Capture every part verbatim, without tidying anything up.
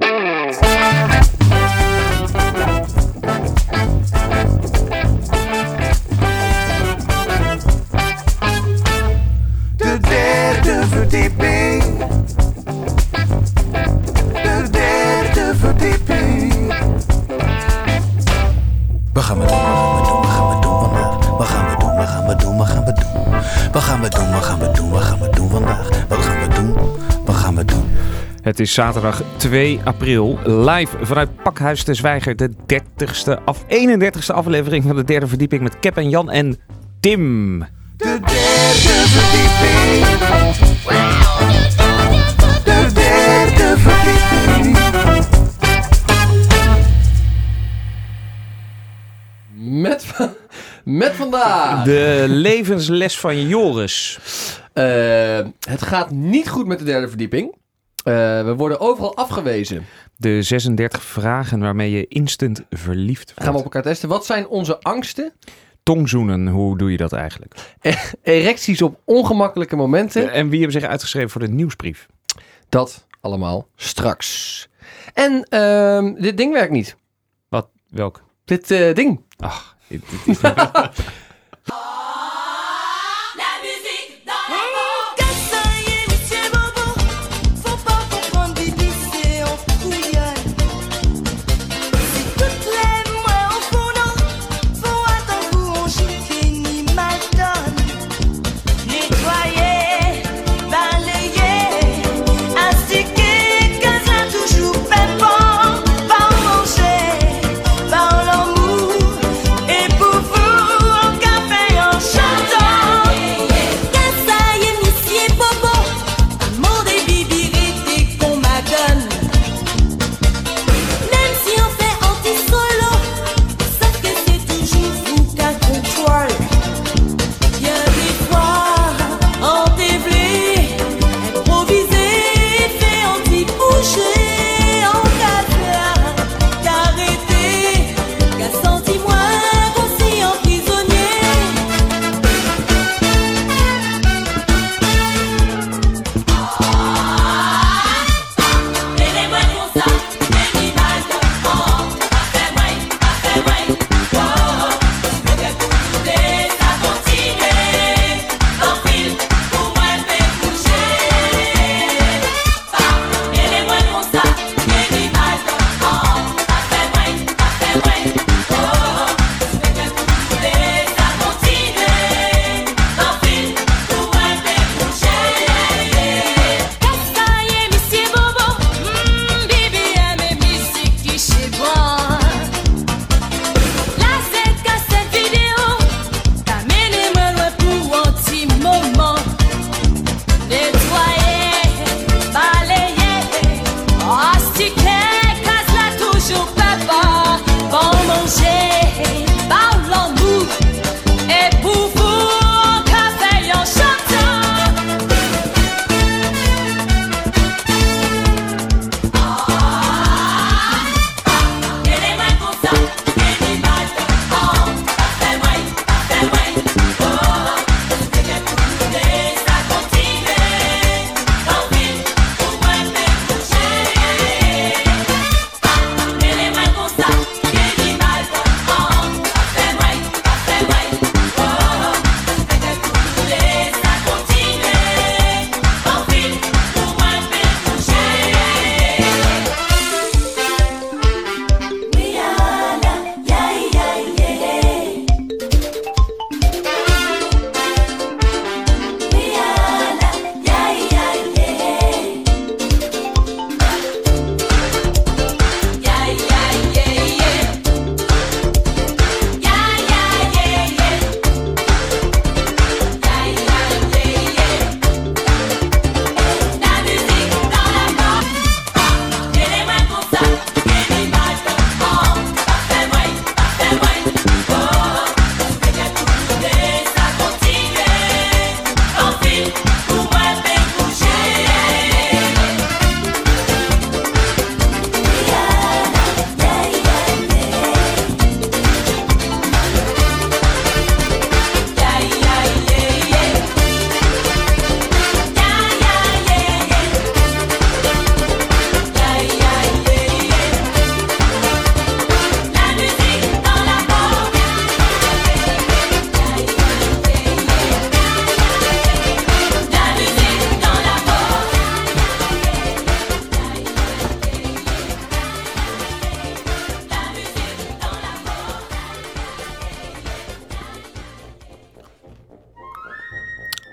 De derde verdieping. De derde verdieping. Wat gaan we doen? Wat gaan we doen? Wat gaan we doen vandaag? Wat gaan we doen? Wat gaan we doen? Wat gaan we doen? Wat gaan we doen? Wat gaan we doen? Wat gaan we doen vandaag? Wat gaan we doen? Wat gaan we doen? Het is zaterdag twee april, live vanuit Pakhuis te Zwijger, de dertigste af, eenendertigste aflevering van de derde verdieping met Cap en Jan en Tim. De derde verdieping. De derde verdieping. Met, va- met vandaag. De levensles van Joris. Uh, het gaat niet goed met de derde verdieping. Uh, we worden overal afgewezen. De zesendertig vragen waarmee je instant verliefd wordt. Gaan we op elkaar testen. Wat zijn onze angsten? Tongzoenen, hoe doe je dat eigenlijk? E- erecties op ongemakkelijke momenten. En wie hebben zich uitgeschreven voor de nieuwsbrief? Dat allemaal straks. En uh, dit ding werkt niet. Wat? Welk? Dit uh, ding. Ach, dit, dit is...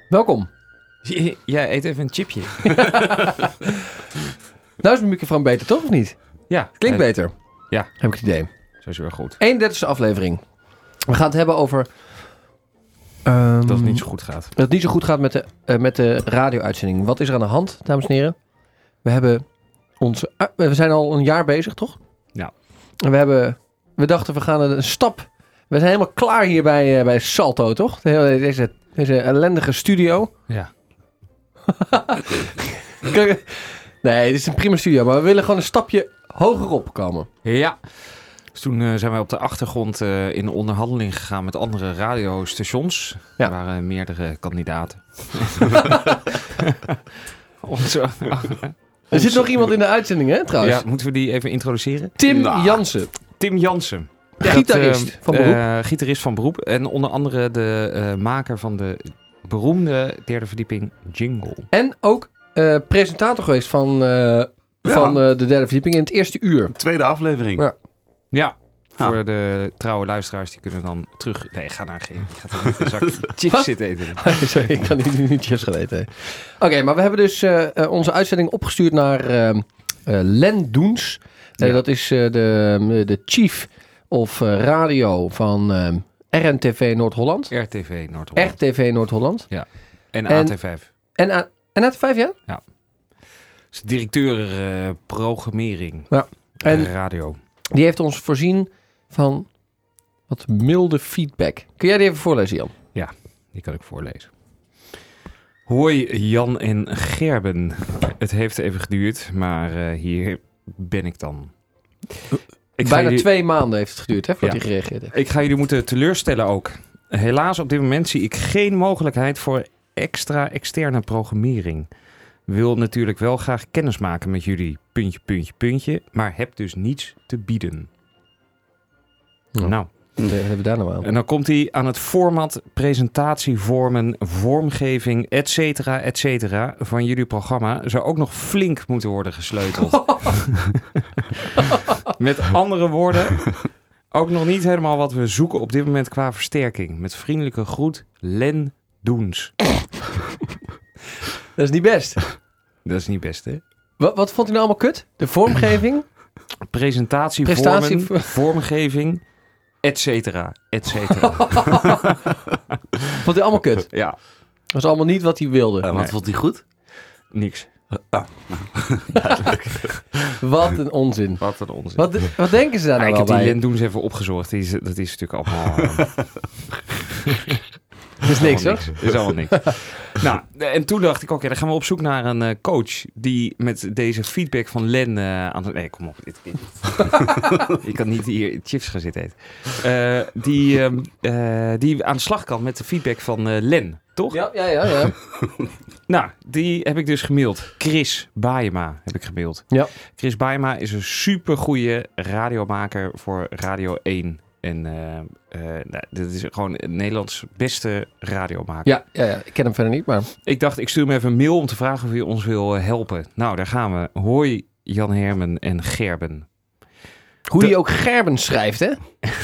welkom. J- Jij eet even een chipje. Nou is mijn microfoon beter, toch? Of niet? Ja. Klinkt eh, beter. Ja. Heb ik het idee. Zo is wel goed. eenendertigste aflevering. We gaan het hebben over... ehm, Dat het niet zo goed gaat. dat het niet zo goed gaat met de, uh, met de radio-uitzending. Wat is er aan de hand, dames en heren? We hebben onze... uh, we zijn al een jaar bezig, toch? Ja. En we hebben... We dachten, we gaan een stap... We zijn helemaal klaar hier bij, uh, bij Salto, toch? De hele, deze, deze ellendige studio. Ja. Kijk, nee, dit is een prima studio. Maar we willen gewoon een stapje hoger op komen. Ja. Dus toen uh, zijn wij op de achtergrond uh, in onderhandeling gegaan met andere radiostations. Ja. Er waren meerdere kandidaten. Onze, Er zit nog iemand in de uitzending, hè, trouwens? ja, moeten we die even introduceren? Tim Nou. Jansen. Tim Jansen. Ja, gitarist uh, van beroep. Uh, gitarist van beroep. En onder andere de uh, maker van de beroemde derde verdieping jingle. En ook uh, presentator geweest van, uh, Ja. van uh, de derde verdieping in het eerste uur. Tweede aflevering. Ja. Ja. Ja. Voor de trouwe luisteraars, die kunnen dan terug... Nee, ga naar geen... Ik ga er een zak chips Wat? zitten eten. Sorry, ik kan niet niet chips gaan eten. Oké, okay, maar we hebben dus uh, uh, onze uitzending opgestuurd naar uh, uh, Len Doens. Uh, Ja. Dat is uh, de, de chief of uh, radio van uh, R N T V Noord-Holland. R T V Noord-Holland. R T V Noord-Holland. En en- A T vijf. En, A- en A T vijf, ja? Dus directeur uh, programmering. Ja. En Radio. die heeft ons voorzien van wat milde feedback. Kun jij die even voorlezen, Jan? Die kan ik voorlezen. Hoi Jan en Gerben. Het heeft even geduurd, maar uh, hier ben ik dan. Ik ga, Bijna jullie, twee maanden heeft het geduurd, hè, voordat Ja. hij gereageerd heeft. ik ga jullie moeten teleurstellen ook. Helaas op dit moment zie ik geen mogelijkheid voor extra externe programmering. Wil natuurlijk wel graag kennis maken met jullie, puntje, puntje, puntje, maar heb dus niets te bieden. Ja. Nou, Wat hebben we daar nou aan? en dan komt hij aan het format, presentatievormen, vormgeving, et cetera, et cetera van jullie programma zou ook nog flink moeten worden gesleuteld. Met andere woorden, ook nog niet helemaal wat we zoeken op dit moment qua versterking. Met vriendelijke groet, Len Doens. Dat is niet best. Dat is niet best, hè? Wat, wat vond hij nou allemaal kut? De vormgeving? Presentatievormen, Prestatie- vormgeving, et cetera, et cetera. Vond hij allemaal kut? Ja, Dat was allemaal niet wat hij wilde. En wat Nee. vond hij goed? niks. Wat een onzin. Wat een onzin. Wat, wat denken ze daar Ja, nou ik wel heb die bij? Len Doens even opgezocht. Die is, dat is natuurlijk allemaal... uh, Dat is niks, allemaal hoor. niks. Is allemaal niks. Nou, en toen dacht ik, oké, dan gaan we op zoek naar een uh, coach die met deze feedback van Len uh, aan het... Nee, kom op. Dit, dit. Je kan niet hier chips gaan zitten eten. Uh, die, um, uh, die aan de slag kan met de feedback van uh, Len, toch? Ja, ja, ja. ja. Nou, die heb ik dus gemaild. Chris Baayema heb ik gemaild. Ja. Chris Baayema is een supergoeie radiomaker voor Radio één. En uh, uh, nou, dit is gewoon een Nederlands beste radiomaker. Ja, ja, ja, ik ken hem verder niet, maar... Ik dacht, ik stuur hem even een mail om te vragen of hij ons wil uh, helpen. Nou, daar gaan we. Hoi Jan Hermen en Gerben. Hoe De- die ook Gerben schrijft, hè?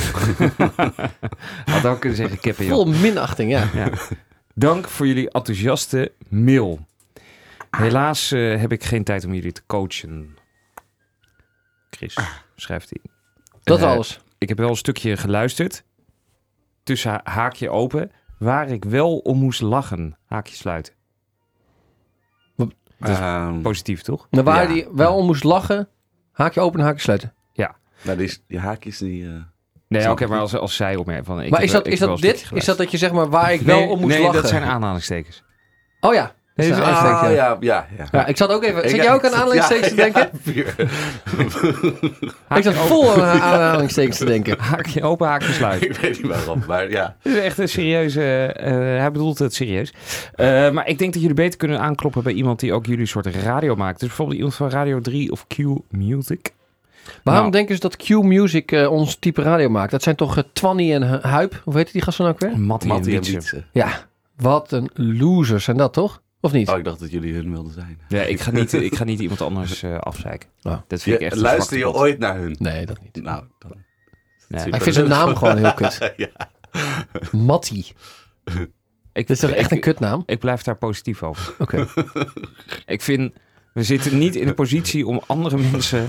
Had ook kunnen zeggen kippen, Vol minachting, ja. Ja. Dank voor jullie enthousiaste mail. Helaas uh, heb ik geen tijd om jullie te coachen. Chris, schrijft hij. Dat Eh, alles. Ik heb wel een stukje geluisterd. Tussen haakje open. Waar ik wel om moest lachen. Haakje sluiten. Dat is Ehm, positief, toch? Maar waar ja. hij wel om moest lachen, haakje open, haakje sluiten. nou, die, die haakjes die... eh, Nee, Snap oké, ik maar niet. als, als zij opmerkt van... Ik Maar heb is wel- dat, ik is heb wel dat een dit? stukje Is dat geluisterd. dat je zeg maar waar ik wel nee, om moest nee, lachen? dat zijn aanhalingstekens. Oh ja. Dat Nee, is een dat is- aanstekje, ah, ja. ja, ja, ja. Ja, ik zat ook even... Ik- Zit jij ook aan ja, aanhalingstekens te denken? Ja, puur. Ik zat vol aan aanhalingstekens te denken. Haakje open, haakje sluiten. Ik weet niet waarom, maar ja. Dit is echt een serieuze... uh, hij bedoelt het serieus. Uh, maar ik denk dat jullie beter kunnen aankloppen bij iemand die ook jullie soort radio maakt. Dus bijvoorbeeld iemand van Radio drie of Q Music. Waarom Nou. denken ze dat Q Music uh, ons type radio maakt? Dat zijn toch uh, Twanny en Hu- Huip? Hoe heet die gasten nou ook weer? Mattie en Mattie en Wietse. Wietse. Ja, wat een losers zijn dat, toch? Of niet? Oh, ik dacht dat jullie hun wilden zijn. Ja, ik ga niet, ik ga niet iemand anders uh, afzeiken. Oh. Dat vind ik Je, echt een luister je zwakte pot. ooit naar hun? Nee, dat niet. Nou, dan... Nee. Maar ik vind zijn naam gewoon heel kut. ja. Mattie. Ik, Dit is toch echt ik, een kutnaam? Ik blijf daar positief over. Oké. Ik vind, we zitten niet in de positie om andere mensen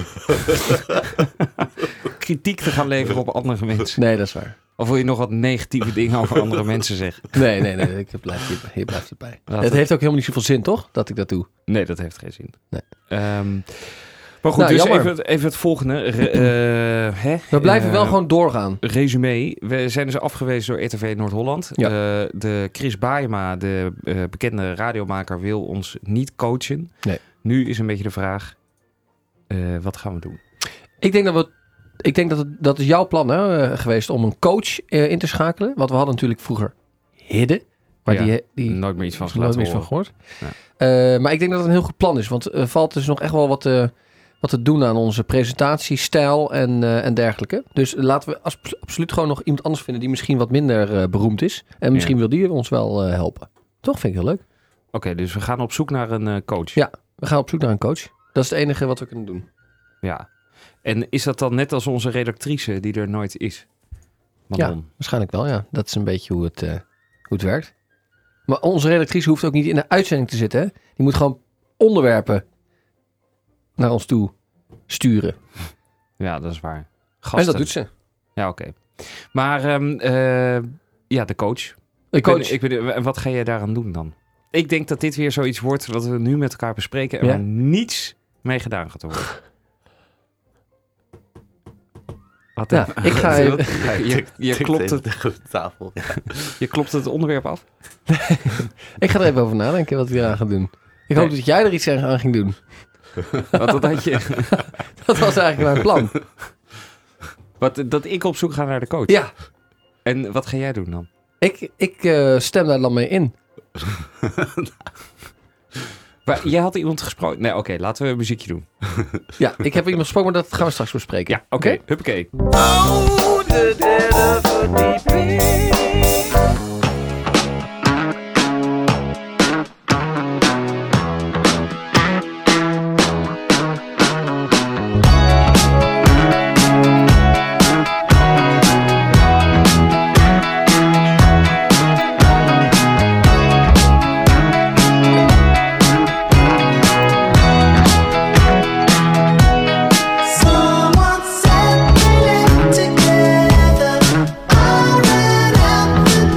kritiek te gaan leveren op andere mensen. Nee, dat is waar. Of wil je nog wat negatieve dingen over andere mensen zeggen? Nee, nee, nee. Ik blijf hier, hier blijft het bij. Laat het het- heeft ook helemaal niet zoveel zin, toch? Dat ik dat doe. Nee, dat heeft geen zin. Nee. Ehm, maar goed, Nou, dus jammer. even, het- even het volgende. Re- eh, hè? We blijven Eh, wel gewoon doorgaan. Resume. We zijn dus afgewezen door R T V Noord-Holland. Ja. Eh, de Chris Baaema, de eh, bekende radiomaker, wil ons niet coachen. Nee. Nu is een beetje de vraag, eh, wat gaan we doen? Ik denk dat we... Ik denk dat het, dat is jouw plan hè, eh, geweest om een coach eh, in te schakelen. Want we hadden natuurlijk vroeger Hidde. Maar Ja, die, die Nooit meer iets van is er nooit laten meer van horen. gehoord. Eh, maar ik denk dat het een heel goed plan is. Want er valt dus nog echt wel wat, eh, wat te doen aan onze presentatiestijl en, eh, en dergelijke. Dus laten we as- absoluut gewoon nog iemand anders vinden die misschien wat minder eh, beroemd is. En misschien Ja. wil die ons wel eh, helpen. Toch? Vind ik heel leuk. Oké, dus we gaan op zoek naar een eh, coach. Ja. We gaan op zoek naar een coach. Dat is het enige wat we kunnen doen. Ja. En is dat dan net als onze redactrice die er nooit is? Manon? Waarschijnlijk wel, ja. Dat is een beetje hoe het, eh, hoe het werkt. Maar onze redactrice hoeft ook niet in de uitzending te zitten. Hè? Die moet gewoon onderwerpen naar ons toe sturen. Ja, dat is waar. Gasten. En dat doet ze. Ja, oké. Maar ehm, eh, ja, de coach. De Ik coach. ben- ik ben- en wat ga jij daaraan doen dan? Ik denk dat dit weer zoiets wordt wat we nu met elkaar bespreken en Ja. waar niets mee gedaan gaat worden. Wat Ja, dan? ik ga even... Je, je, klopt het, tegen de tafel. Ja. je klopt het onderwerp af? Ik ga er even over nadenken wat we eraan gaan doen. Ik hoop Nee. dat jij er iets aan ging doen. Wat, dat, had je, Dat was eigenlijk mijn plan. wat, dat ik op zoek ga naar de coach. Ja, En wat ga jij doen dan? ik, ik eh, stem daar dan mee in. Maar, jij had iemand gesproken. Nee, oké, laten we een muziekje doen. Ja, ik heb iemand gesproken, maar dat gaan we straks bespreken. Ja, oké. Huppakee. Oh, the dead of a deep end. Someone said we live together. I ran out the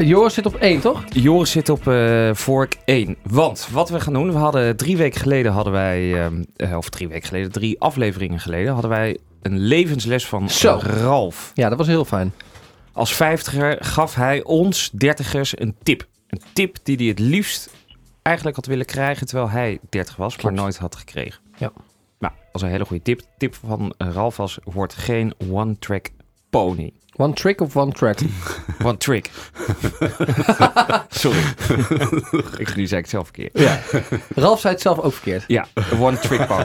Joris zit op één, toch? Joris zit op uh, vork één. Want wat we gaan doen, we hadden drie weken geleden hadden wij, uh, of drie weken geleden, drie afleveringen geleden, hadden wij een levensles van Zo. Ralf. Ja, dat was heel fijn. Als vijftiger gaf hij ons dertigers een tip. Een tip die hij het liefst eigenlijk had willen krijgen terwijl hij dertig was, Klopt. maar nooit had gekregen. Ja. Nou, dat is een hele goede tip. Tip van Ralf was, word geen one-track pony. One trick of one track? One trick. Sorry. ik, nu zei ik het zelf verkeerd. Ja. Ralf zei het zelf ook verkeerd. Ja, one trick pony.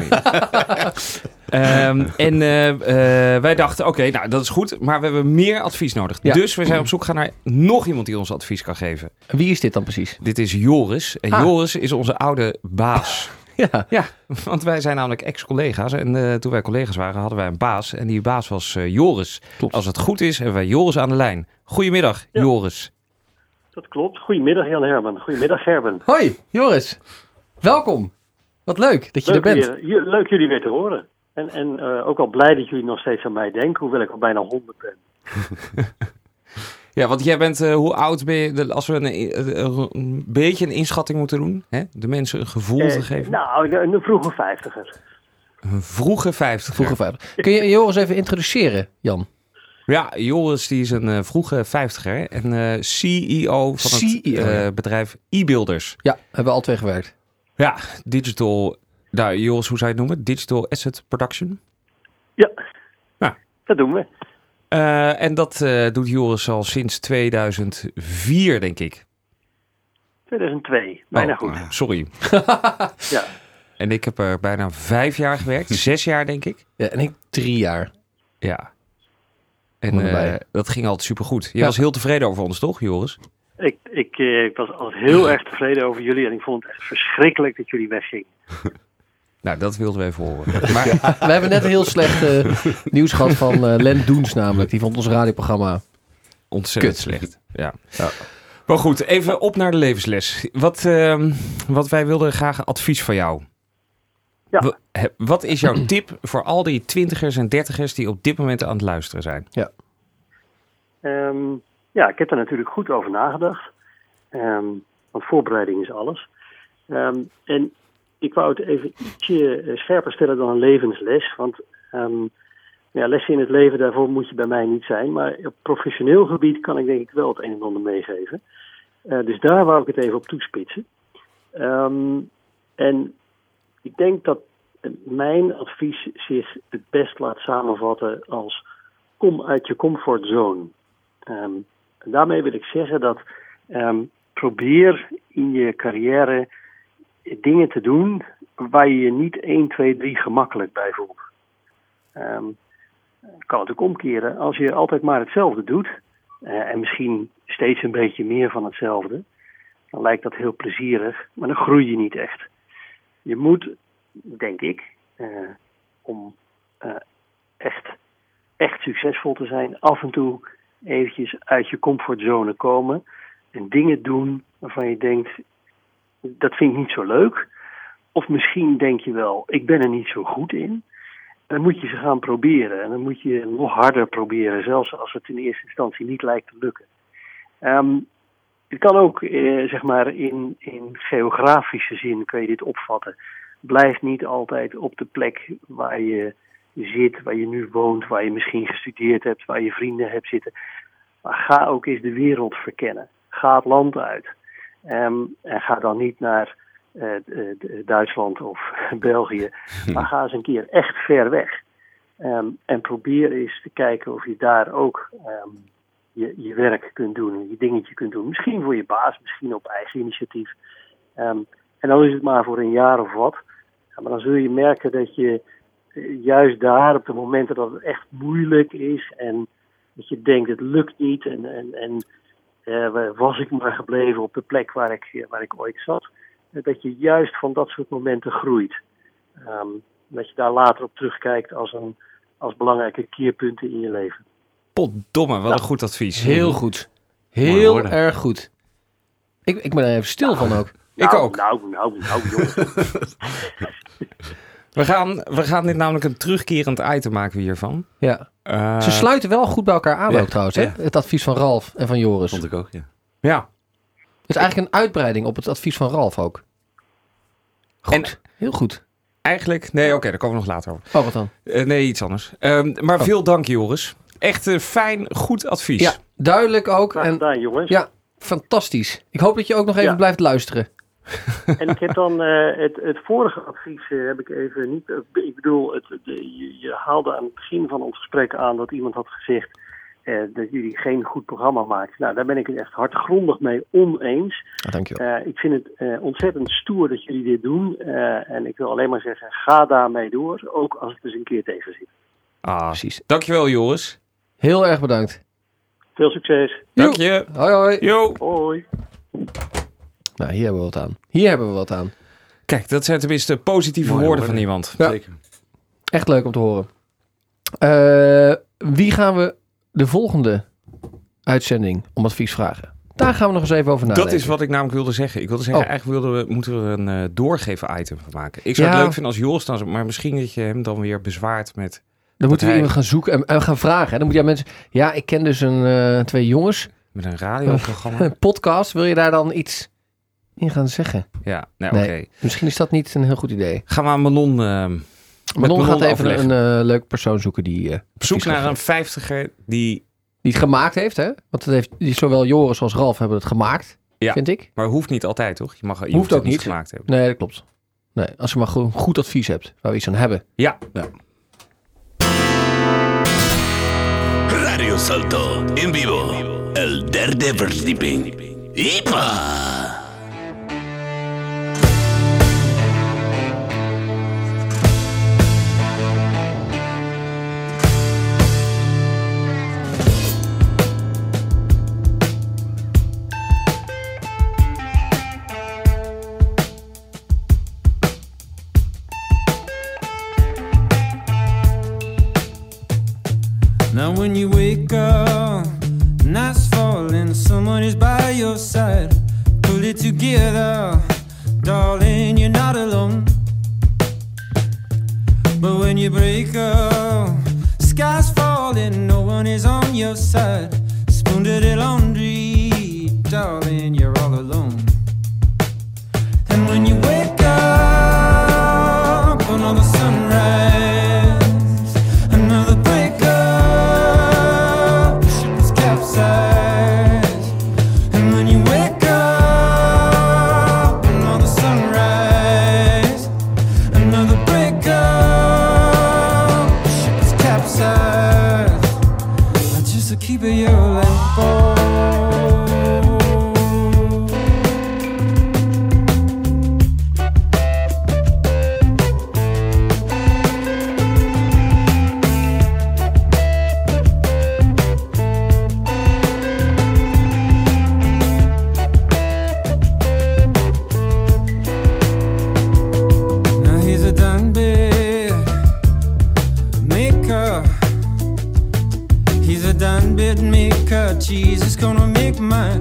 um, en uh, uh, wij dachten, oké, okay, nou dat is goed, maar we hebben meer advies nodig. Ja. Dus we zijn op zoek gaan naar nog iemand die ons advies kan geven. Wie is dit dan precies? Dit is Joris. En Ah. Joris is onze oude baas. Ja. Ja, want wij zijn namelijk ex-collega's. En uh, toen wij collega's waren, hadden wij een baas. En die baas was uh, Joris. Klopt. Als het goed is, hebben wij Joris aan de lijn. Goedemiddag, Ja. Joris. Dat klopt. Goedemiddag Jan Herman. Goedemiddag Gerben. Hoi, Joris. Welkom. Wat leuk dat je Leuk, er bent. weer, je- leuk jullie weer te horen. En, en uh, ook al blij dat jullie nog steeds aan mij denken, hoewel ik al bijna honderd ben. Ja, want jij bent, uh, hoe oud ben je? De- Als we een, een, een beetje een inschatting moeten doen, hè? De mensen een gevoel Eh, te geven. Nou, een, een vroege vijftiger. Een vroege vijftig. Vroege vijftig. Kun je Joris even introduceren, Jan? Ja, Joris die is een uh, vroege vijftiger en uh, C E O van het C E O, uh, ja. bedrijf e-builders. Ja, hebben we al twee gewerkt. Ja, digital, nou Joris, hoe zou je het noemen? Digital Asset Production. Ja, Ja. dat doen we. Uh, en dat uh, doet Joris al sinds tweeduizend vier, denk ik. tweeduizend twee. Bijna Oh, goed. Sorry. Ja. En ik heb er bijna vijf jaar gewerkt. Zes jaar, denk ik. Ja, en ik drie jaar. Ja. En Kom erbij. uh, dat ging altijd supergoed. Je Ja. was heel tevreden over ons, toch, Joris? Ik, ik, eh, ik was altijd heel erg tevreden over jullie en ik vond het echt verschrikkelijk dat jullie weggingen. Nou, dat wilden we even horen. Maar We hebben net een heel slecht uh, nieuws gehad van uh, Len Doens namelijk. Die vond ons radioprogramma. ontzettend Kut. slecht. Ja. Ja. Maar goed, even op naar de levensles. Wat, uh, wat wij wilden graag advies van jou. Ja. W- he- Wat is jouw tip voor al die twintigers en dertigers die op dit moment aan het luisteren zijn? Um, ja, ik heb daar natuurlijk goed over nagedacht. Um, want voorbereiding is alles. Um, en ik wou het even ietsje uh, scherper stellen dan een levensles. Want um, ja, lessen in het leven, daarvoor moet je bij mij niet zijn. Maar op professioneel gebied kan ik denk ik wel het een en ander meegeven. Uh, dus daar wou ik het even op toespitsen. Um, en ik denk dat mijn advies zich het best laat samenvatten als kom uit je comfortzone. Um, en daarmee wil ik zeggen dat um, probeer in je carrière dingen te doen waar je je niet één, twee, drie gemakkelijk bij voelt. Um, het kan natuurlijk omkeren. Als je altijd maar hetzelfde doet uh, en misschien steeds een beetje meer van hetzelfde, dan lijkt dat heel plezierig, maar dan groei je niet echt. Je moet, denk ik, uh, om uh, echt, echt succesvol te zijn, af en toe eventjes uit je comfortzone komen en dingen doen waarvan je denkt, dat vind ik niet zo leuk. Of misschien denk je wel, ik ben er niet zo goed in. Dan moet je ze gaan proberen en dan moet je nog harder proberen, zelfs als het in eerste instantie niet lijkt te lukken. Um, het kan ook, eh, zeg maar, in, in geografische zin kun je dit opvatten. Blijf niet altijd op de plek waar je zit, waar je nu woont, waar je misschien gestudeerd hebt, waar je vrienden hebt zitten. Maar ga ook eens de wereld verkennen. Ga het land uit. Um, en ga dan niet naar uh, Duitsland of België, maar ga eens een keer echt ver weg. Um, en probeer eens te kijken of je daar ook um, je, je werk kunt doen en je dingetje kunt doen. Misschien voor je baas, misschien op eigen initiatief. Um, en dan is het maar voor een jaar of wat. Ja, maar dan zul je merken dat je uh, juist daar, op de momenten dat het echt moeilijk is en dat je denkt het lukt niet en, en, en uh, was ik maar gebleven op de plek waar ik, waar ik ooit zat, uh, dat je juist van dat soort momenten groeit. Um, dat je daar later op terugkijkt als, een, als belangrijke keerpunten in je leven. Potdomme, wat Ja. een goed advies. Heel goed. Mooie Heel woorden. erg goed. Ik, ik ben er even stil van ook. Ik nou, ook. Nou, nou, nou, jongens. We gaan, we gaan dit namelijk een terugkerend item maken hiervan. Ja. Uh, Ze sluiten wel goed bij elkaar aan Ja. ook trouwens. Hè? Ja. Het advies van Ralf en van Joris. Vond ik ook, ja. Ja. Het is eigenlijk een uitbreiding op het advies van Ralf ook. Goed, En- heel goed. Eigenlijk, nee, oké, okay, daar komen we nog later over. Oh, wat dan? Uh, nee, iets anders. Um, maar Oh. veel dank, Joris. Echt uh, fijn, goed advies. Ja, duidelijk ook. Graag En gedaan, jongens. ja, fantastisch. Ik hoop dat je ook nog even Ja. blijft luisteren. En ik heb dan uh, het, het vorige advies uh, heb ik even niet. Uh, ik bedoel, het, de, je, je haalde aan het begin van ons gesprek aan dat iemand had gezegd uh, dat jullie geen goed programma maken. Nou, daar ben ik het echt hardgrondig mee oneens. Ah, dankjewel. Uh, ik vind het uh, ontzettend stoer dat jullie dit doen. Uh, en ik wil alleen maar zeggen, ga daarmee door. Ook als het dus een keer tegen zit. Ah, precies. Dankjewel, Joris. Heel erg bedankt. Veel succes. Dank je. Hoi, hoi. Yo. Hoi. Nou, hier hebben we wat aan. Hier hebben we wat aan. Kijk, dat zijn tenminste positieve Mooie woorden woorden. van iemand. Ja. Zeker. Echt leuk om te horen. Uh, wie gaan we de volgende uitzending om advies vragen? Daar gaan we nog eens even over nadenken. Dat is wat ik namelijk wilde zeggen. Ik wilde zeggen, Oh. eigenlijk wilden we, moeten we er een uh, doorgeven-item van maken. Ik zou Ja. het leuk vinden als Joris dan, maar misschien dat je hem dan weer bezwaart met... Dan moeten we hij- iemand gaan zoeken en, en gaan vragen. Hè. Dan moet je aan mensen... Ja, ik ken dus een, uh, twee jongens. Met een radioprogramma. Een podcast. Wil je daar dan iets in gaan zeggen? Ja, nou Nee. oké. Okay. Misschien is dat niet een heel goed idee. Gaan we aan Manon... Uh, Manon Manon gaat even overleggen. een uh, leuk persoon zoeken die... Uh, op zoek advies gaat naar een geven. vijftiger die... Die het gemaakt heeft, hè? Want het heeft, die, zowel Joris als Ralf hebben het gemaakt, Ja. vind ik. Maar hoeft niet altijd, toch? Je mag, je Hoeft ook het niet. gemaakt hebben. Nee, dat klopt. Nee, als je maar goed, goed advies hebt, waar we iets aan hebben. Ja. Radio Salto en vivo. El derde verdieping. Ipa! Now when you wake up, night's falling, someone is by your side. Pull it together, darling, you're not alone. But when you break up, sky's falling, no one is on your side. Spoon dirty laundry, darling, you're all alone. And when you wake up, another sunrise, another breakup, the ship is capsized. And when you wake up, another sunrise, another breakup, the ship is capsized. Just to keep it your lamp on. Now here's a done bed maker. He's a done bed maker. Jesus gonna make mine.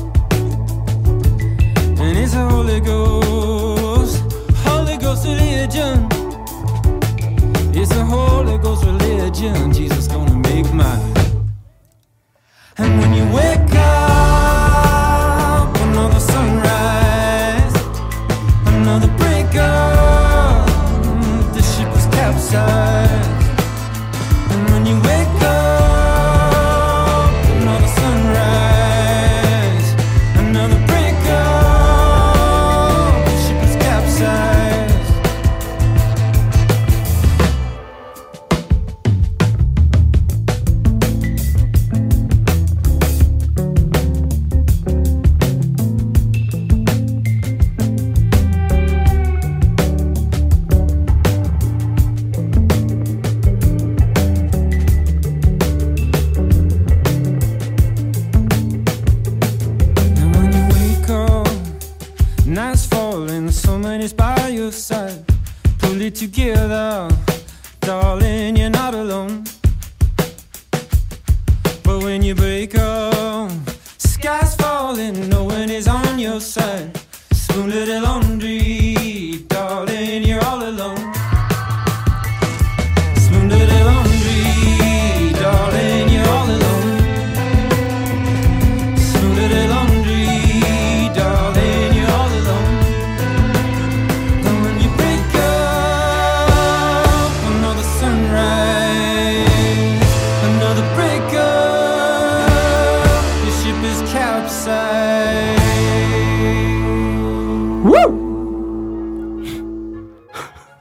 And it's a Holy Ghost, Holy Ghost religion. It's a Holy Ghost religion. Jesus gonna make mine. And when you wake up, another sunrise, another breakup, the ship is capsized. And when you wake up, another sunrise, another breakup, the ship is capsized. And when you wake up, night's falling, someone is by your side. Pull it together, darling, you're not alone. But when you break up, sky's falling, no one is on your side. Spoon little laundry, darling, you're all alone. Spoon little laundry, darling, you're all alone. Spoon little laundry.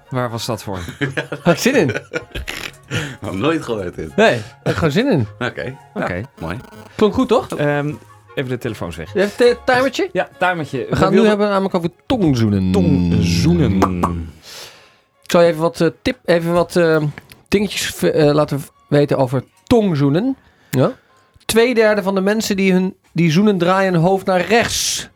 Waar was dat voor? Had ik zin in? Nog nooit gehoord dit. Nee, daar heb ik gewoon zin in. Oké, Oké. ja, mooi. Klonk goed, toch? Ehm, even de telefoons weg. Je hebt een timertje? Ja, timertje. We gaan het nu hebben namelijk over tongzoenen. Tongzoenen. Ik zal je even wat, uh, tip, even wat uh, dingetjes uh, laten weten over tongzoenen. Ja? Tweederde van de mensen die hun die zoenen draaien hun hoofd naar rechts.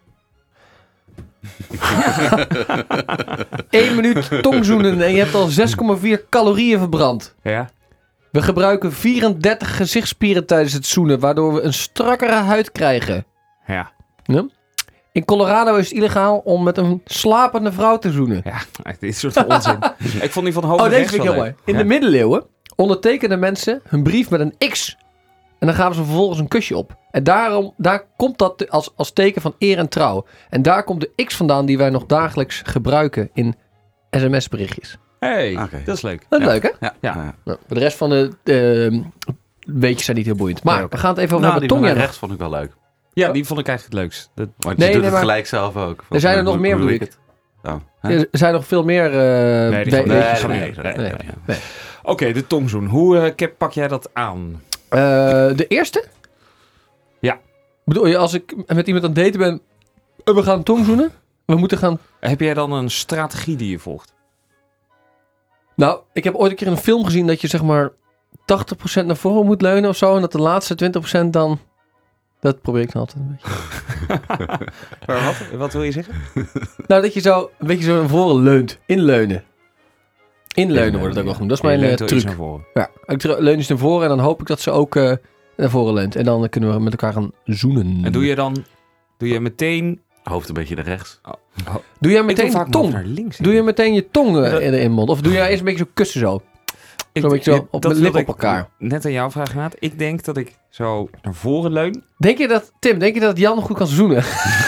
Eén minuut tongzoenen en je hebt al zes komma vier calorieën verbrand. Ja? We gebruiken vierendertig gezichtsspieren tijdens het zoenen, waardoor we een strakkere huid krijgen. Ja. Ja? In Colorado is het illegaal om met een slapende vrouw te zoenen. Ja, dit soort onzin. Ik vond die van hoofd Oh, naar deze rechts vind ik wel heel mooi. leuk. In Ja. de middeleeuwen ondertekenden mensen hun brief met een X. En dan gaven ze vervolgens een kusje op. En daarom, daar komt dat als, als teken van eer en trouw. En daar komt de X vandaan die wij nog dagelijks gebruiken in sms-berichtjes. Hey, Oké. dat is leuk. Dat is Ja. leuk, hè? Ja. Ja. ja. Nou, voor de rest van de uh, weetjes zijn niet heel boeiend. Maar Nee, oké. we gaan het even over Nou, hebben. die van Tonja. rechts vond ik wel leuk. Ja, die vond ik eigenlijk het leukst. Dat, Want Nee, je doet nee, het maar- gelijk zelf ook. Er zijn er nog Hoe- meer, hoe doe bedoel ik het? Oh, hè? Er zijn nog veel meer uh, Nee, die we- van- Nee, weetjes. nee, nee, nee, nee, nee, nee. Oké, de tongzoen. Hoe uh, Kip, pak jij dat aan? Uh, de eerste? Ja. Bedoel je, als ik met iemand aan het daten ben en we gaan tongzoenen? We moeten gaan... Heb jij dan een strategie die je volgt? Nou, ik heb ooit een keer in een film gezien dat je zeg maar tachtig procent naar voren moet leunen of zo. En dat de laatste twintig procent dan... Dat probeer ik dan altijd een beetje. Maar wat? Wat wil je zeggen? Nou, dat je zo een beetje zo naar voren leunt. Inleunen. Inleunen wordt het ook wel genoemd. Dat is mijn Je uh, leunt er iets truc. naar voren. Ja, ik dru- leun eens naar voren en dan hoop ik dat ze ook uh, naar voren leunt. En dan kunnen we met elkaar gaan zoenen. En doe je dan... Doe je meteen... Hoofd een beetje naar rechts. Doe jij Ik meteen doe je vaak nog tong? naar links. Doe je meteen je tong uh, Ja. in de mond? Of doe jij eerst een beetje zo kussen zo? Ik- Zo'n beetje zo ja, op dat mijn lip wilde op ik elkaar. Net aan jou vragen, Maat. Ik denk dat ik zo naar voren leun. Denk je dat, Tim, denk je dat Jan goed kan zoenen?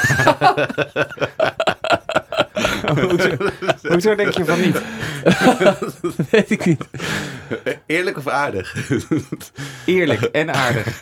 Hoezo, hoezo denk je van niet? Dat weet ik niet. Eerlijk of aardig? Eerlijk en aardig.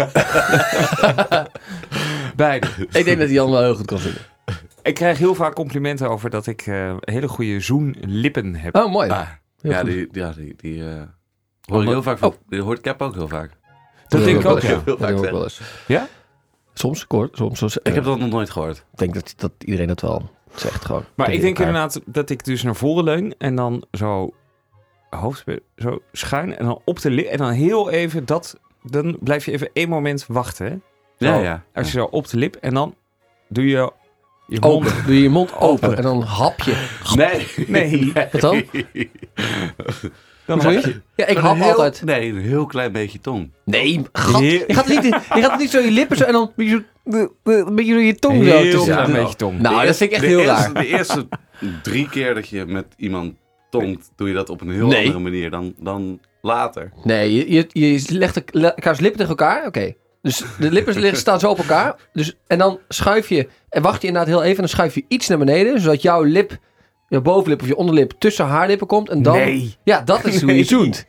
Beide. Ik denk dat Jan wel heel goed kan zoenen. Ik krijg heel vaak complimenten over dat ik uh, hele goede zoenlippen heb. Oh, mooi. Ah, Heel ja, goed. die, ja, die, die uh, hoor ik heel vaak van. Oh. Die hoort Cap ook heel vaak. Dat denk ik ook, ja. Heel Dat vaak doe ik zeggen. wel eens. Ja? Soms, ik hoor, soms. soms Ik heb dat nog nooit gehoord. Ik denk dat, dat iedereen dat wel zegt gewoon. Maar Tegen ik denk elkaar. inderdaad dat ik dus naar voren leun en dan zo hoofd zo schuin en dan op de lip en dan heel even dat, dan blijf je even één moment wachten. Hè? Ja, Zo, ja. Als je zo op de lip en dan doe je je mond. Open. Doe je je mond open en dan hap je. Nee. Nee, Wat dan? dan Hoezo hap niet? je. Ja, ik Een hap heel- altijd. Nee, een heel klein beetje tong. Nee, gat. Heel- Je gaat niet, je gaat niet zo je lippen zo en dan een beetje zo, een beetje zo je tong zo Heel tussen. klein Ja. beetje tong. Nou, De dat vind ik echt de heel eerste, raar. De eerste drie keer dat je met iemand tongt, doe je dat op een heel Nee. andere manier dan, dan later. Nee, je, je, je legt de- le- elkaars lippen tegen elkaar. Oké. Dus de lippen liggen- staan zo op elkaar. Dus, en dan schuif je, en wacht je inderdaad heel even, en dan schuif je iets naar beneden, zodat jouw lip, je bovenlip of je onderlip tussen haar lippen komt. En dan, Nee. ja, dat is hoe je Nee. zoent.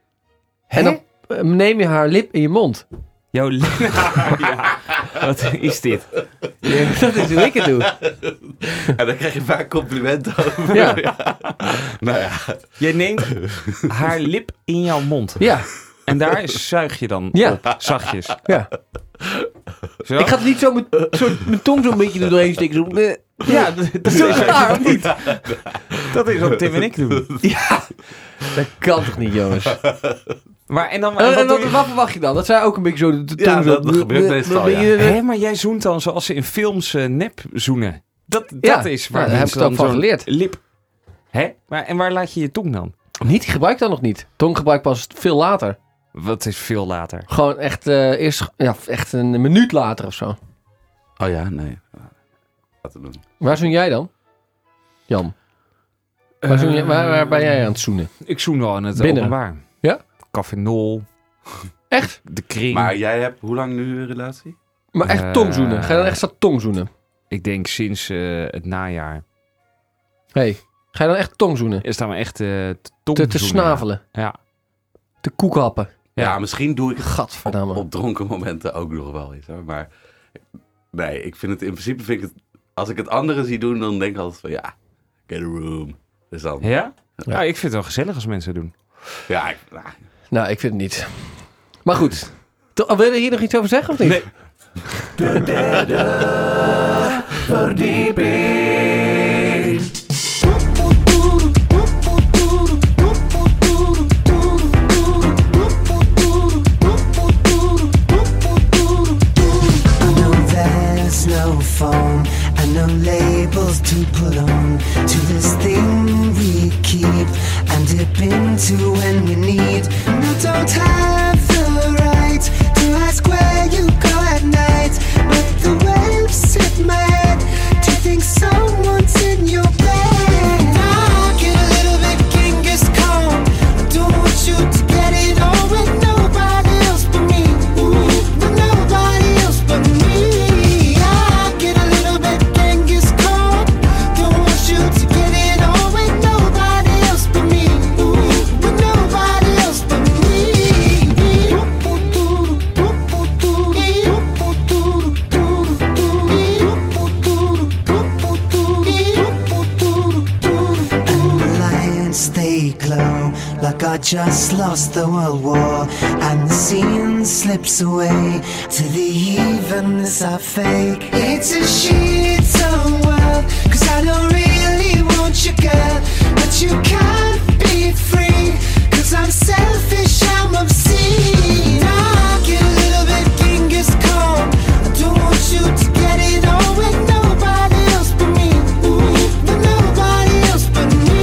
En dan eh, neem je haar lip in je mond. Jouw lip. Ja. Wat is dit? Dat is hoe ik het doe. En dan krijg je vaak complimenten over. Ja, Nou ja. Jij neemt haar lip in jouw mond. ja, En daar zuig je dan Ja. op, zachtjes. ja. Zo? Ik ga het niet zo met zo, mijn tong zo'n beetje er doorheen steken. Zo, eh, Ja, dat, dat zo is raar, of niet? Dat is wat Tim en ik doen. Ja, dat kan toch niet, jongens? Maar en dan... En, wat en doe wat, je- wat verwacht je dan? Dat zij ook een beetje zo de tong Ja, zo... dat- dat gebeurt meestal, ben je- Hé, maar jij zoent dan zoals ze in films eh, nep zoenen. Dat, Ja. dat is Ja, waar daar heb mensen ik het ook dan van zo'n geleerd. Lip. Hè? Maar, en waar laat je je tong dan? Niet, die gebruik ik dan nog niet. Tong gebruik ik pas veel later. Wat is veel later? Gewoon echt, eh, eerst, ja, echt een minuut later of zo. Oh ja, nee. Laten we doen. Waar zoen jij dan? Jan, waar, zoen jij, waar, waar ben jij aan het zoenen? Ik zoen wel in het Binnen. openbaar. Ja? Café Nol. Echt? De kring. Maar jij hebt hoe lang nu een relatie? Maar echt Eh, tongzoenen. Ga je dan echt staan tongzoenen? Ik denk sinds eh, het najaar. Hey, ga je dan echt tongzoenen? Is daar maar echt eh te Te, tongzoenen. te snavelen, Ja. te koekhappen. Ja, Ja. misschien doe ik het op, Gadverdamme. op dronken momenten ook nog wel eens. Hoor. Maar nee, ik vind het in principe, vind ik het, als ik het anderen zie doen, dan denk ik altijd van ja, get a room. Dus dan, Ja? Ja. Ja, ik vind het wel gezellig als mensen het doen. Ja, ik, nou, Nou, ik vind het niet. Maar goed. To- wil je hier nog iets over zeggen of niet? Nee. De derde verdieping. There's no phone and no labels to put on to this thing we keep and dip into when we need. And I don't have the right to ask where you go at night, but the waves hit my head to think someone's in your bed. I get a little bit Genghis Khan. I don't want you to get it on with nobody else but me. Ooh, with nobody else but me. Like I just lost the world war and the scene slips away to the evenness I fake. It's a shit-on world, cause I don't really want you, girl, but you can't be free, cause I'm selfish, I'm obscene. I get a little bit Genghis Khan. I don't want you to get it on with nobody else but me. Ooh, with nobody else but me.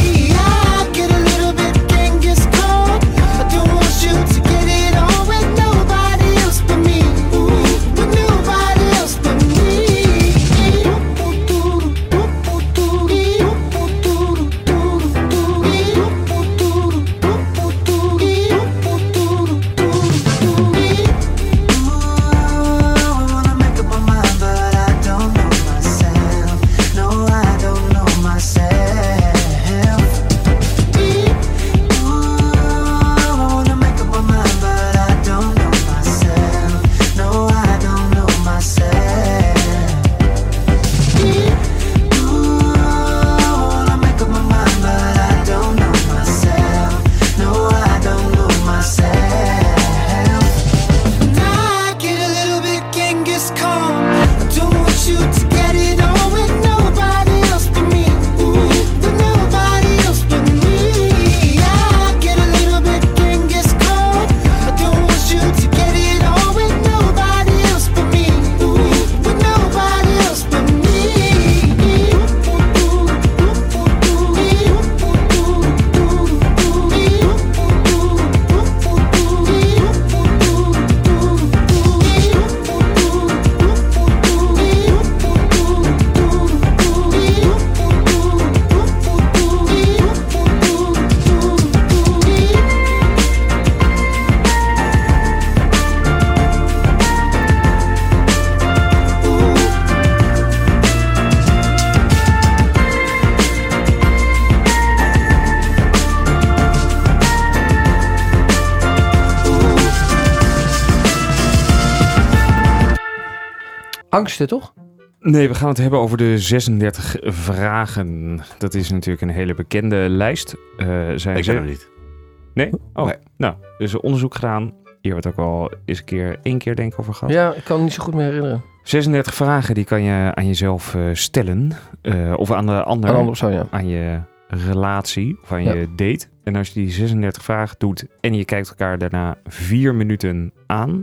Angsten, toch? Nee, we gaan het hebben over de zesendertig vragen. Dat is natuurlijk een hele bekende lijst. Uh, zijn ik ze... ken hem niet. Nee? Oh, Nee. nou, er is een onderzoek gedaan. Hier wordt ook al eens een keer, één keer denk ik over gehad. Ja, ik kan het niet zo goed meer herinneren. zesendertig vragen, die kan je aan jezelf uh, stellen. Uh, of aan de ander. Een ander zo, ja. Aan je relatie of aan Ja. je date. En als je die zesendertig vragen doet en je kijkt elkaar daarna vier minuten aan,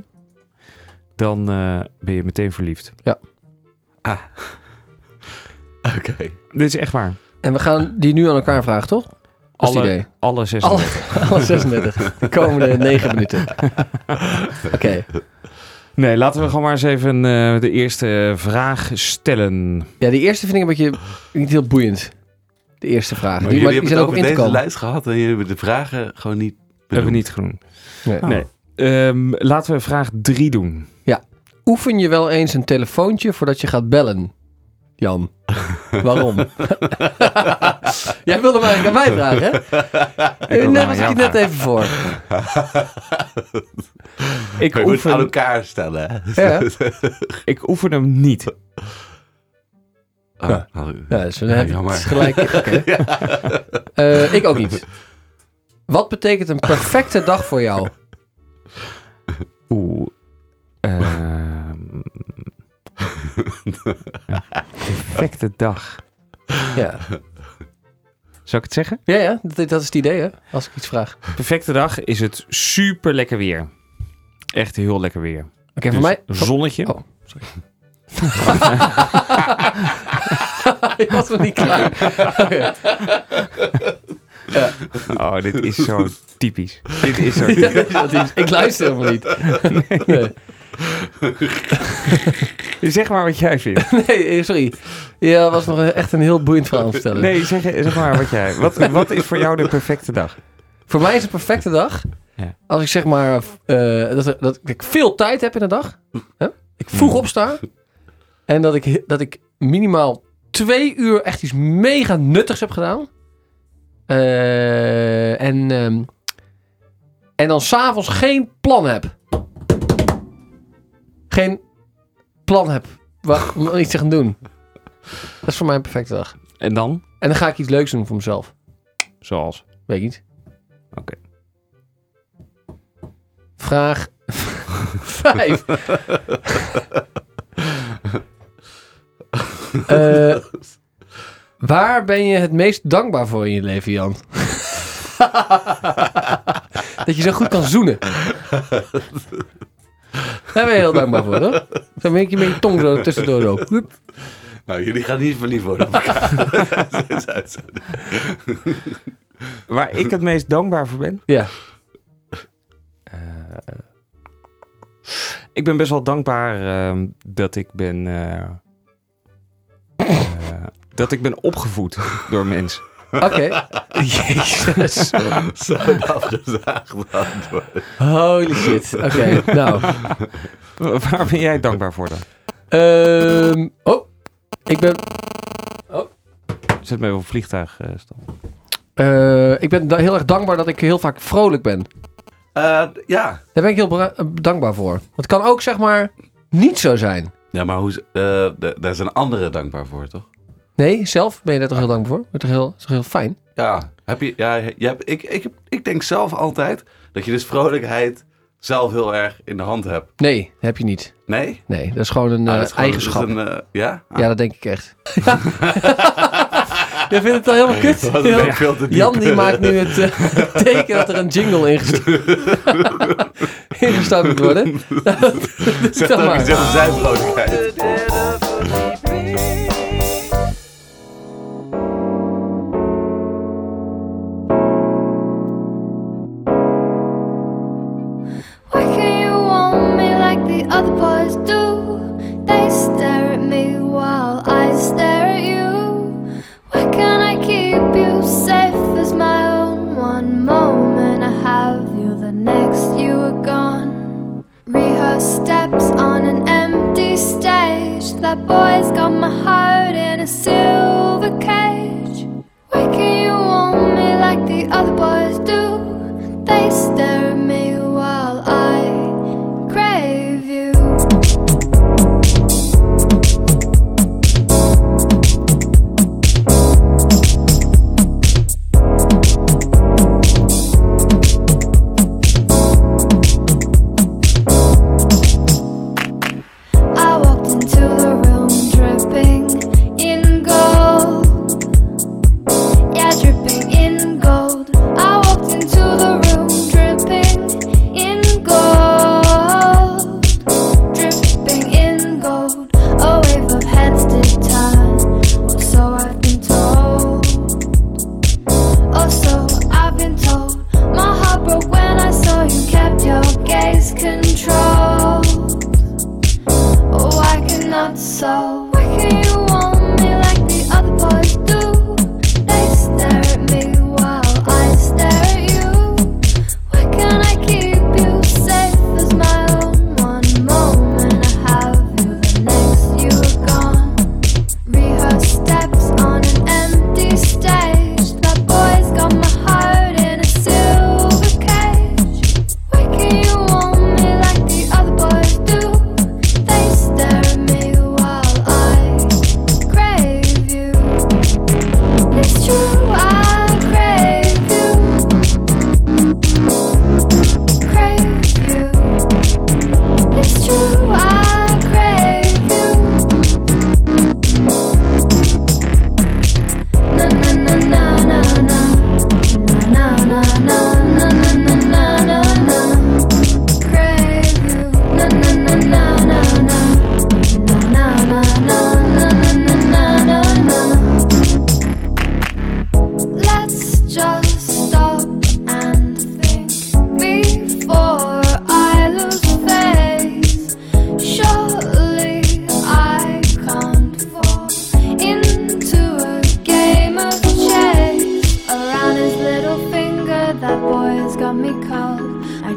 dan uh, ben je meteen verliefd. Ja. Ah. Oké. Okay. Dit is echt waar. En we gaan die nu aan elkaar vragen, toch? Dat is het idee. Alle, alle zesendertig. Alle, alle zesendertig. De komende negen minuten. Oké. Okay. Nee, laten we gewoon maar eens even uh, de eerste vraag stellen. Ja, die eerste vind ik een beetje niet heel boeiend. De eerste vraag. Maar die, jullie maar die hebben zijn het ook over in te deze komen. lijst gehad en jullie hebben de vragen gewoon niet benoemd. Hebben we niet genoemd. Nee. Oh. nee. Um, laten we vraag drie doen. Ja. Oefen je wel eens een telefoontje voordat je gaat bellen? Jan. Waarom? Jij wilde mij eigenlijk aan mij vragen, hè? Ik Net was ik je net even voor. ik je oefen... moet het aan elkaar stellen. Hè? Ja. Ik oefen hem niet. Ah, Ja. had- Ja, dus we Ja, hebben jammer. het gelijk. Oké. Eh, ik ook niet. Wat betekent een perfecte dag voor jou? Oeh. Ehm. Perfecte dag. Ja, Zal ik het zeggen? ja, ja dat, dat is het idee, hè? Als ik iets vraag. Oké, Perfecte dag is het super lekker weer. Echt heel lekker weer. voor Dus mij... Zonnetje. Oh, sorry. Ik was nog niet klaar. Oké. Oh, dit is zo typisch. Dit is zo Ja, typisch. dat is- ik luister helemaal niet. Nee. Zeg maar wat jij vindt. Nee, sorry. Ja, dat was nog echt een heel boeiend verhaal te vertellen. Nee, zeg, zeg maar wat jij... Wat, wat is voor jou de perfecte dag? Voor mij is een perfecte dag Ja. als ik zeg maar eh, dat, dat ik veel tijd heb in de dag. Hè? Ik vroeg opsta en dat ik, dat ik minimaal twee uur echt iets mega nuttigs heb gedaan. Eh, en, ehm, en dan s'avonds geen plan heb. Geen plan heb waar, om iets te gaan doen. Dat is voor mij een perfecte dag. En dan? En dan ga ik iets leuks doen voor mezelf. Zoals? Weet ik niet. Oké. Vraag vijf. Eh, waar ben je het meest dankbaar voor in je leven, Jan? Dat je zo goed kan zoenen. Daar ben je heel dankbaar voor, toch? Zo een beetje met je tong zo tussendoor zo. Hup. Nou, jullie gaan niet verliefd worden op elkaar. Waar ik het meest dankbaar voor ben? Ja. Ik ben best wel dankbaar uh, dat ik ben... Uh, uh, dat ik ben opgevoed door mensen. Oké. Okay. Jezus. Zo afgezaagd antwoord. Holy shit. Oké, okay, nou. Waar ben jij dankbaar voor dan? Um, oh, ik ben... Oh. Zet me even op vliegtuig uh, staan. Uh, ik ben da- heel erg dankbaar dat ik heel vaak vrolijk ben. Uh, ja. Daar ben ik heel bra- dankbaar voor. Het kan ook, zeg maar, niet zo zijn. Ja, maar hoe, uh, d- daar zijn anderen dankbaar voor, toch? Nee, zelf ben je daar toch heel dankbaar voor? Dat is toch heel, toch heel fijn? Ja, heb je, ja je hebt, ik, ik, ik denk zelf altijd dat je dus vrolijkheid zelf heel erg in de hand hebt. Nee, dat heb je niet. Nee? Nee, dat is gewoon een ah, uh, is gewoon, eigenschap. Is een, uh, ja? Ah. Ja, dat denk ik echt. Ja. Jij vindt het al helemaal kut? Dat was Jan, veel te diep. Jan die maakt nu het uh, teken dat er een jingle ingestart moet worden. Zeg dan maar. Zeg zijn vrolijkheid. Other boys do. They stare at me while I stare at you. Why can't I keep you safe as my own? One moment I have you, the next you are gone. Rehearse steps on an empty stage. That boy's got my heart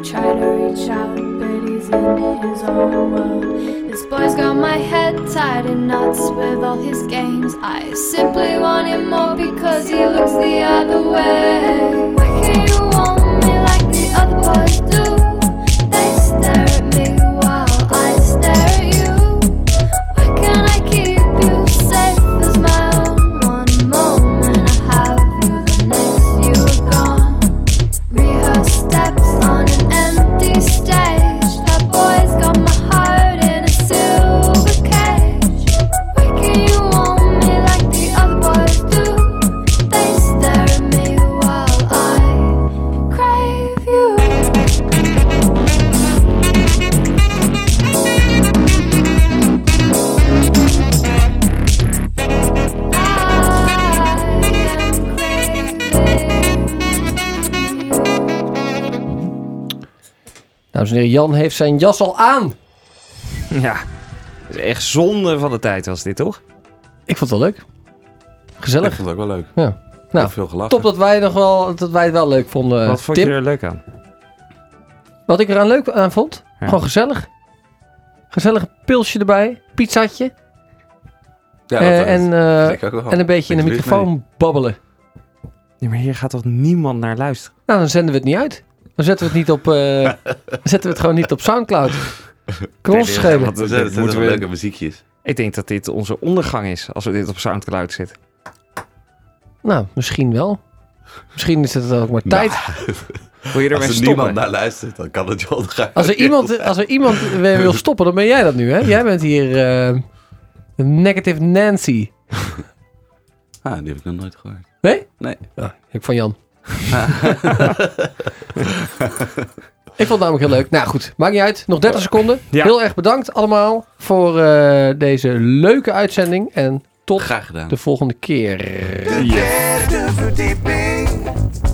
try to reach out, but he's in his own world. This boy's got my head tied in knots with all his games. I simply want him more because he looks the other way. Why can't you want me like the other boys do? They stare at me while I stare at you. Why can't I keep you safe as my own? One moment I have you, the next you are gone. Rehearse steps on an empty stage. That boy's got my heart in a silver cage. Why can't you want me like the other boys do? They stare at me while I crave you. Dames en heren, Jan heeft zijn jas al aan. Ja, dat is echt zonde van de tijd was dit, toch? Ik vond het wel leuk. Ik Gezellig. vond het ook wel leuk. Ja. Nou, Nou, veel gelachen. top dat wij, nog wel, dat wij het wel leuk vonden, Wat vond Tim. je er leuk aan? Wat ik eraan leuk aan vond? Ja. Gewoon gezellig. Gezellig pilsje erbij, pizzatje. Ja, Eh, dat, en, dat eh, denk ik ook wel. en een beetje in de Ik doe het microfoon babbelen. Nee, maar hier gaat toch niemand naar luisteren? Nou, dan zenden we het niet uit. Dan zetten we het niet op, eh, dan zetten we het gewoon niet op Soundcloud. Kan ons Nee, schelen. want mee. dit Er zijn, er zijn moeten wel we- leuke muziekjes. Ik denk dat dit onze ondergang is als we dit op Soundcloud zetten. Nou, misschien wel. Misschien is het ook maar tijd. Wil je ermee Als er stoppen? niemand naar luistert, dan kan het je ondergaan. Als er iemand, als er iemand weer wil stoppen, dan ben jij dat nu, hè? Jij bent hier eh, de Negative Nancy. Ah, die heb ik nog nooit gehoord. Nee? Nee. Ja, ik van Jan. Ik vond het namelijk heel leuk. Nou goed, maakt niet uit. Nog dertig seconden. Ja. Heel erg bedankt allemaal voor eh, deze leuke uitzending. En tot Graag gedaan. de volgende keer. De derde verdieping.